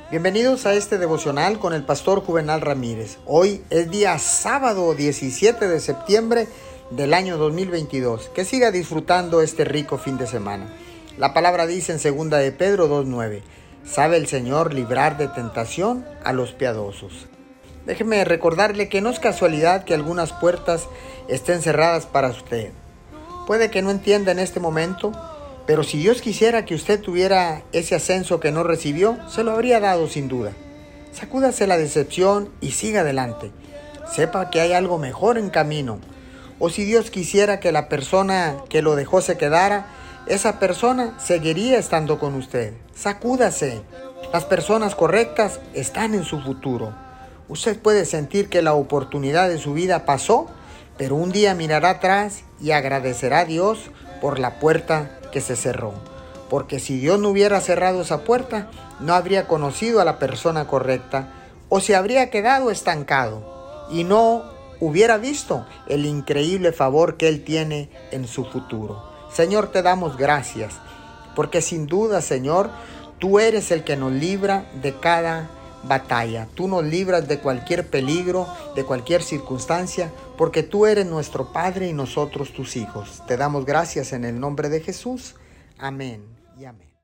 Bienvenidos a este devocional con el pastor Juvenal Ramírez. Hoy es día sábado 17 de septiembre del año 2022. Que siga disfrutando este rico fin de semana. La palabra dice en 2 de Pedro 2:9: ¿Sabe el Señor librar de tentación a los piadosos? Déjeme recordarle que no es casualidad que algunas puertas estén cerradas para usted. Puede que no entienda en este momento, pero si Dios quisiera que usted tuviera ese ascenso que no recibió, se lo habría dado sin duda. Sacúdase la decepción y siga adelante. Sepa que hay algo mejor en camino. O si Dios quisiera que la persona que lo dejó se quedara, esa persona seguiría estando con usted. Sacúdase. Las personas correctas están en su futuro. Usted puede sentir que la oportunidad de su vida pasó, pero un día mirará atrás y agradecerá a Dios por la puerta que se cerró. Porque si Dios no hubiera cerrado esa puerta, no habría conocido a la persona correcta o se habría quedado estancado y no hubiera visto el increíble favor que Él tiene en su futuro. Señor, te damos gracias, porque sin duda, Señor, tú eres el que nos libra de cada batalla. Tú nos libras de cualquier peligro, de cualquier circunstancia, porque tú eres nuestro Padre y nosotros tus hijos. Te damos gracias en el nombre de Jesús. Amén y amén.